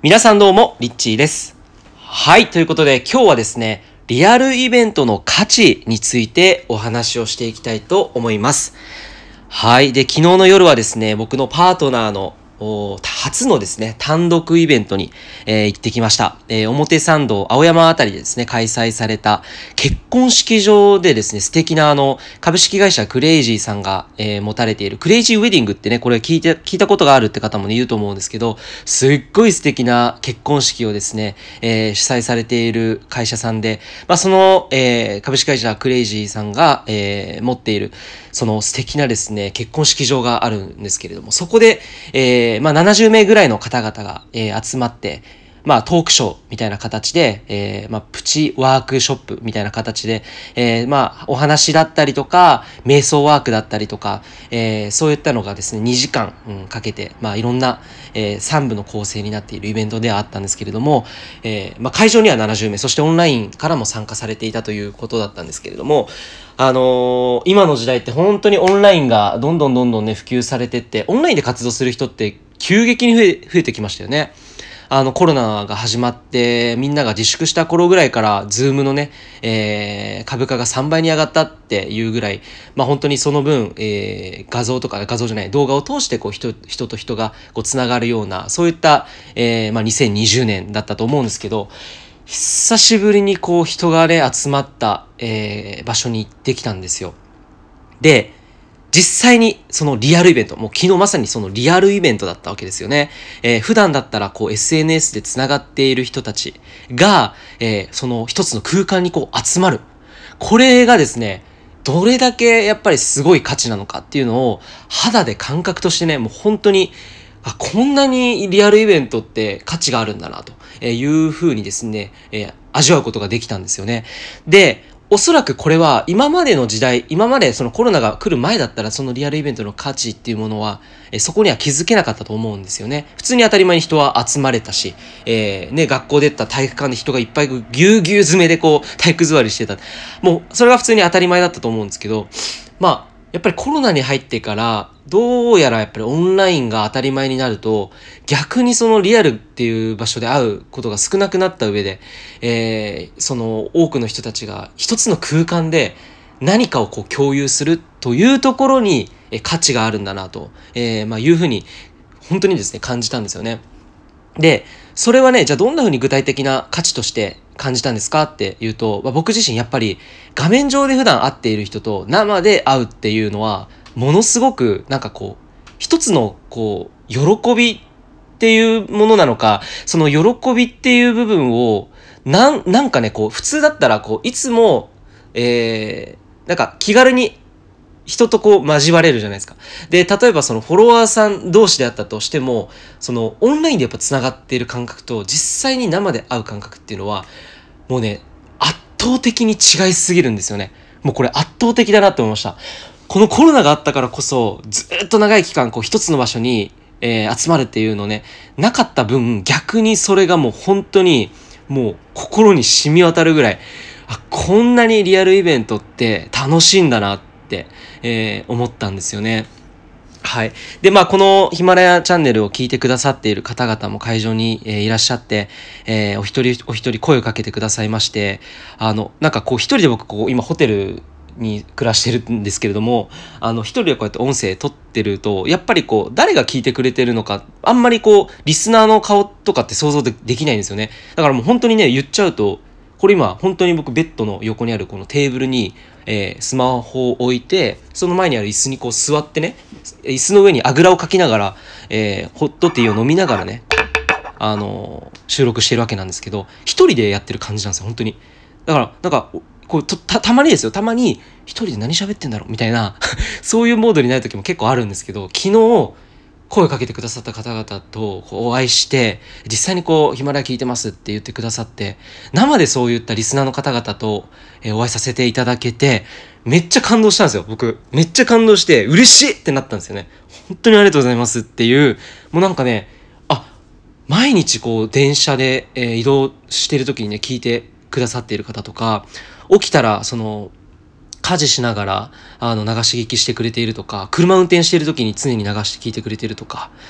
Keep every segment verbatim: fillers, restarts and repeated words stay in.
皆さんどうも、リッチーです。はい、ということで今日はですね、リアルイベントの価値についてお話をしていきたいと思います。はい、で、昨日の夜はですね、僕のパートナーの初のですね、単独イベントに、えー、行ってきました。えー、表参道、青山あたりでですね、開催された結婚式場でですね、素敵なあの、株式会社クレイジーさんが、えー、持たれているクレイジーウェディングってね、これ聞いて、聞いたことがあるって方もね、いると思うんですけど、すっごい素敵な結婚式をですね、えー、主催されている会社さんで、まあ、その、えー、株式会社クレイジーさんが、えー、持っている、その素敵なですね、結婚式場があるんですけれども、そこで、えー、まあ、ななじゅうめいぐらいの方々が、えー、集まって、まあ、トークショーみたいな形で、えー、まあ、プチワークショップみたいな形で、えー、まあ、お話だったりとか、瞑想ワークだったりとか、えー、そういったのがですね、にじかん、うん、かけて、まあ、いろんな、えー、さん部の構成になっているイベントではあったんですけれども、えー、まあ、会場にはななじゅうめい、そしてオンラインからも参加されていたということだったんですけれども、あのー、今の時代って本当にオンラインがどんどんどんどんね、普及されてって、オンラインで活動する人って急激に増え、増えてきましたよね。あのコロナが始まってみんなが自粛した頃ぐらいからズームのね、えー、株価がさんばいに上がったっていうぐらい、まあ本当にその分、えー、画像とか画像じゃない動画を通してこう人、人と人がこうつながるようなそういった、えー、まあにせんにじゅうねんだったと思うんですけど、久しぶりにこう人がね集まった、えー、場所に行ってきたんですよ。で、実際にそのリアルイベント、もう昨日まさにそのリアルイベントだったわけですよね。えー、普段だったらこう エスエヌエス でつながっている人たちが、えー、その一つの空間にこう集まる。これがですね、どれだけやっぱりすごい価値なのかっていうのを肌で感覚としてね、もう本当にあ、こんなにリアルイベントって価値があるんだなというふうにですね、えー、味わうことができたんですよね。で、おそらくこれは今までの時代、今までそのコロナが来る前だったらそのリアルイベントの価値っていうものは、えー、そこには気づけなかったと思うんですよね。普通に当たり前に人は集まれたし、えー、ね、学校でった体育館で人がいっぱいぎゅうぎゅう詰めでこう体育座りしてた。もうそれが普通に当たり前だったと思うんですけど、まあ、やっぱりコロナに入ってからどうやらやっぱりオンラインが当たり前になると逆にそのリアルっていう場所で会うことが少なくなった上で、えー、その多くの人たちが一つの空間で何かをこう共有するというところに価値があるんだなと、えー、まあいうふうに本当にですね感じたんですよね。で、それはね、じゃあどんな風に具体的な価値として感じたんですかっていうと、まあ、僕自身やっぱり画面上で普段会っている人と生で会うっていうのはものすごくなんかこう一つのこう喜びっていうものなのか、その喜びっていう部分をなんなんかねこう普通だったらこういつもえー、なんか気軽に人とこう交われるじゃないですか。で、例えばそのフォロワーさん同士であったとしても、そのオンラインでやっぱ繋がっている感覚と実際に生で会う感覚っていうのは、もうね、圧倒的に違いすぎるんですよね。もうこれ圧倒的だなって思いました。このコロナがあったからこそ、ずっと長い期間こう一つの場所に、えー、集まるっていうのね、なかった分、逆にそれがもう本当に、もう心に染み渡るぐらい、あ、こんなにリアルイベントって楽しいんだなって、えー、思ったんですよね。はい。で、まあ、このヒマラヤチャンネルを聞いてくださっている方々も会場に、えー、いらっしゃって、えー、お一人お一人声をかけてくださいまして、あの、なんかこう一人で僕こう今ホテルに暮らしてるんですけれども、あの一人でこうやって音声撮ってると、やっぱりこう誰が聞いてくれてるのか、あんまりこうリスナーの顔とかって想像でできないんですよね。だからもう本当にね、言っちゃうと、これ今本当に僕ベッドの横にあるこのテーブルに、えー、スマホを置いてその前にある椅子にこう座ってね、椅子の上にあぐらをかきながら、えー、ホットティーを飲みながらね、あのー、収録してるわけなんですけど、一人でやってる感じなんですよ本当に。だからなんかこう た, たまにですよたまに一人で何喋ってんだろうみたいなそういうモードになる時も結構あるんですけど、昨日声をかけてくださった方々とお会いして実際にこうヒマラヤ聞いてますって言ってくださって、生でそういったリスナーの方々とお会いさせていただけてめっちゃ感動したんですよ。僕めっちゃ感動して嬉しいってなったんですよね。本当にありがとうございますっていう、もうなんかね、あ、毎日こう電車で、えー、移動してる時にね聞いてくださっている方とか、起きたらその家事しながらあの流し聞きしてくれているとか、車運転している時に常に流して聞いてくれているとか、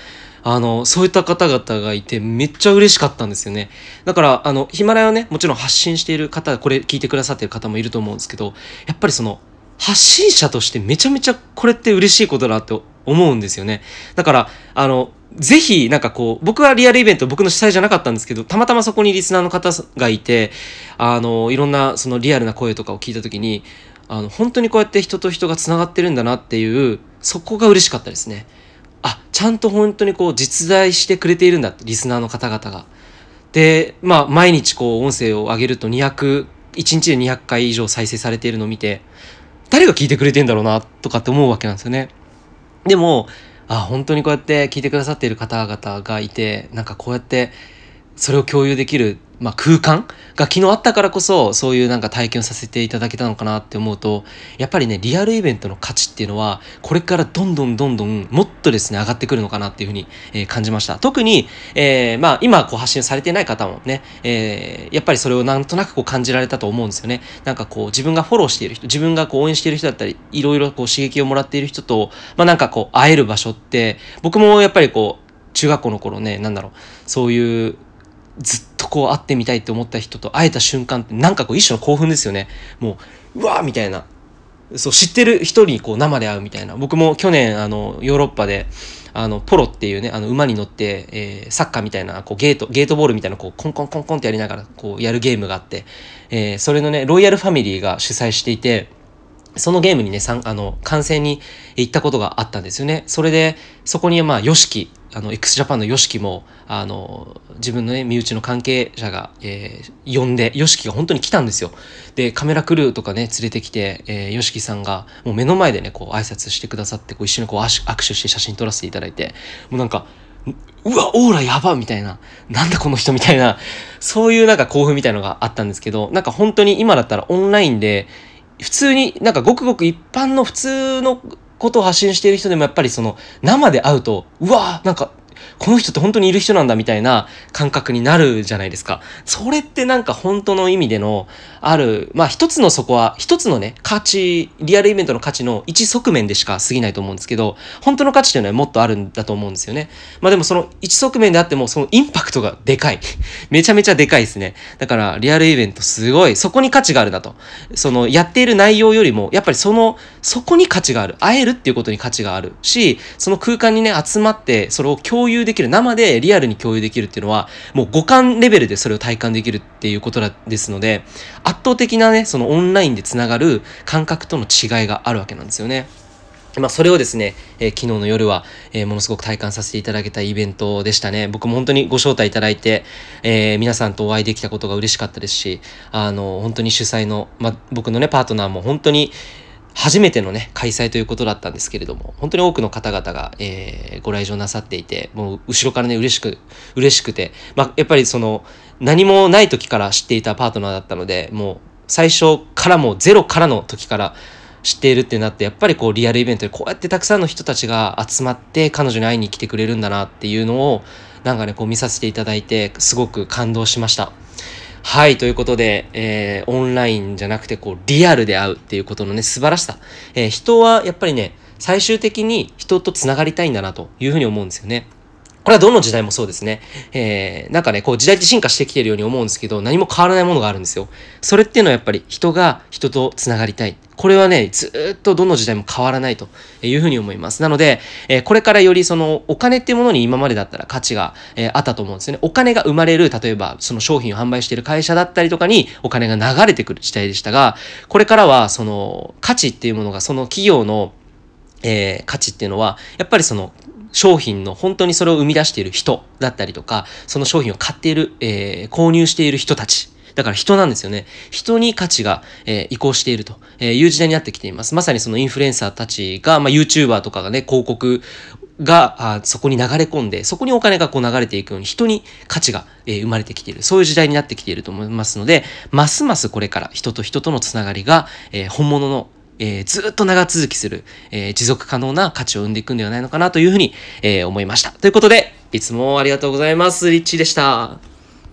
あの、そういった方々がいて、めっちゃ嬉しかったんですよね。だから、あの、ヒマラヤをね、もちろん発信している方、これ聞いてくださっている方もいると思うんですけど、やっぱりその、発信者としてめちゃめちゃこれって嬉しいことだなって思うんですよね。だから、あの、ぜひ、なんかこう、僕はリアルイベント、僕の主催じゃなかったんですけど、たまたまそこにリスナーの方がいて、あの、いろんなそのリアルな声とかを聞いたときに、あの、本当にこうやって人と人が繋がってるんだなっていう、そこが嬉しかったですね。あ、ちゃんと本当にこう実在してくれているんだって、リスナーの方々が。で、まあ、毎日こう音声を上げるとにひゃく、いちにちでにひゃっかい以上再生されているのを見て、誰が聞いてくれてんだろうな、とかって思うわけなんですよね。でも、あ、本当にこうやって聞いてくださっている方々がいて、なんかこうやって、それを共有できる、まあ、空間が昨日あったからこそ、そういうなんか体験をさせていただけたのかなって思うと、やっぱりね、リアルイベントの価値っていうのは、これからどんどんどんどんもっとですね、上がってくるのかなっていうふうに、えー感じました。特に、えーまあ、今こう発信されてない方もね、えーやっぱりそれをなんとなくこう感じられたと思うんですよね。なんかこう、自分がフォローしている人、自分がこう応援している人だったり、いろいろこう刺激をもらっている人と、まあなんかこう、会える場所って、僕もやっぱりこう、中学校の頃ね、なんだろう、そういう、ずっとこう会ってみたいって思った人と会えた瞬間ってなんかこう一種の興奮ですよね。もう、うわーみたいな。そう、知ってる人にこう生で会うみたいな。僕も去年、あの、ヨーロッパで、あの、ポロっていうね、あの、馬に乗って、えー、サッカーみたいな、こう、ゲート、ゲートボールみたいな、こう、コンコンコンコンってやりながら、こう、やるゲームがあって、えー、それのね、ロイヤルファミリーが主催していて、そのゲームにね、さん、あの、観戦に行ったことがあったんですよね。それで、そこにまあ、ヨシキ、あの、x ジャパンのヨシキも、あの、自分のね、身内の関係者が、えー、呼んで、ヨシキが本当に来たんですよ。で、カメラクルーとかね、連れてきて、えー、ヨシキさんが、もう目の前でね、こう、挨拶してくださって、こう、一緒にこう、握手して写真撮らせていただいて、もうなんか、うわ、オーラやばみたいな。なんだこの人みたいな。そういうなんか興奮みたいなのがあったんですけど、なんか本当に今だったらオンラインで、普通になんかごくごく一般の普通のことを発信している人でもやっぱりその生で会うと、うわーなんかこの人って本当にいる人なんだみたいな感覚になるじゃないですか。それってなんか本当の意味でのある、まあ一つのそこは一つのね、価値、リアルイベントの価値の一側面でしか過ぎないと思うんですけど、本当の価値というのはもっとあるんだと思うんですよね。まあでもその一側面であってもそのインパクトがでかい。めちゃめちゃでかいですね。だからリアルイベントすごい、そこに価値があるなと。そのやっている内容よりも、やっぱりその、そこに価値がある。会えるっていうことに価値があるし、その空間にね、集まってそれを共有できる。生でリアルに共有できるっていうのは、もう五感レベルでそれを体感できるっていうことですので、圧倒的なね、そのオンラインでつながる感覚との違いがあるわけなんですよね。まあ、それをですね、えー、昨日の夜は、えー、ものすごく体感させていただけたイベントでしたね。僕も本当にご招待いただいて、えー、皆さんとお会いできたことが嬉しかったですし、あの、本当に主催の、まあ、僕のね、パートナーも本当に初めてのね、開催ということだったんですけれども、本当に多くの方々が、えー、ご来場なさっていて、もう後ろからね、嬉しく、嬉しくて、まあ、やっぱりその、何もない時から知っていたパートナーだったので、もう最初からもうゼロからの時から、知っているってなって、やっぱりこうリアルイベントでこうやってたくさんの人たちが集まって彼女に会いに来てくれるんだなっていうのをなんかねこう見させていただいてすごく感動しました。はい、ということで、えー、オンラインじゃなくてこうリアルで会うっていうことのね素晴らしさ、えー、人はやっぱりね最終的に人とつながりたいんだなというふうに思うんですよね。これはどの時代もそうですね。えー、なんかね、こう時代って進化してきているように思うんですけど、何も変わらないものがあるんですよ。それっていうのはやっぱり人が人とつながりたい。これはね、ずーっとどの時代も変わらないというふうに思います。なので、えー、これからよりそのお金っていうものに今までだったら価値が、えー、あったと思うんですよね。お金が生まれる、例えばその商品を販売している会社だったりとかにお金が流れてくる時代でしたが、これからはその価値っていうものがその企業の、えー、価値っていうのは、やっぱりその商品の本当にそれを生み出している人だったりとか、その商品を買っている、えー、購入している人たち。だから人なんですよね。人に価値が、えー、移行しているという時代になってきています。まさにそのインフルエンサーたちが、まあ、YouTuber とかがね、広告があそこに流れ込んで、そこにお金がこう流れていくように人に価値が、えー、生まれてきている。そういう時代になってきていると思いますので、ますますこれから人と人とのつながりが、えー、本物のえー、ずっと長続きする、えー、持続可能な価値を生んでいくんではないのかなというふうに、えー、思いました。ということで、いつもありがとうございます。リッチーでした。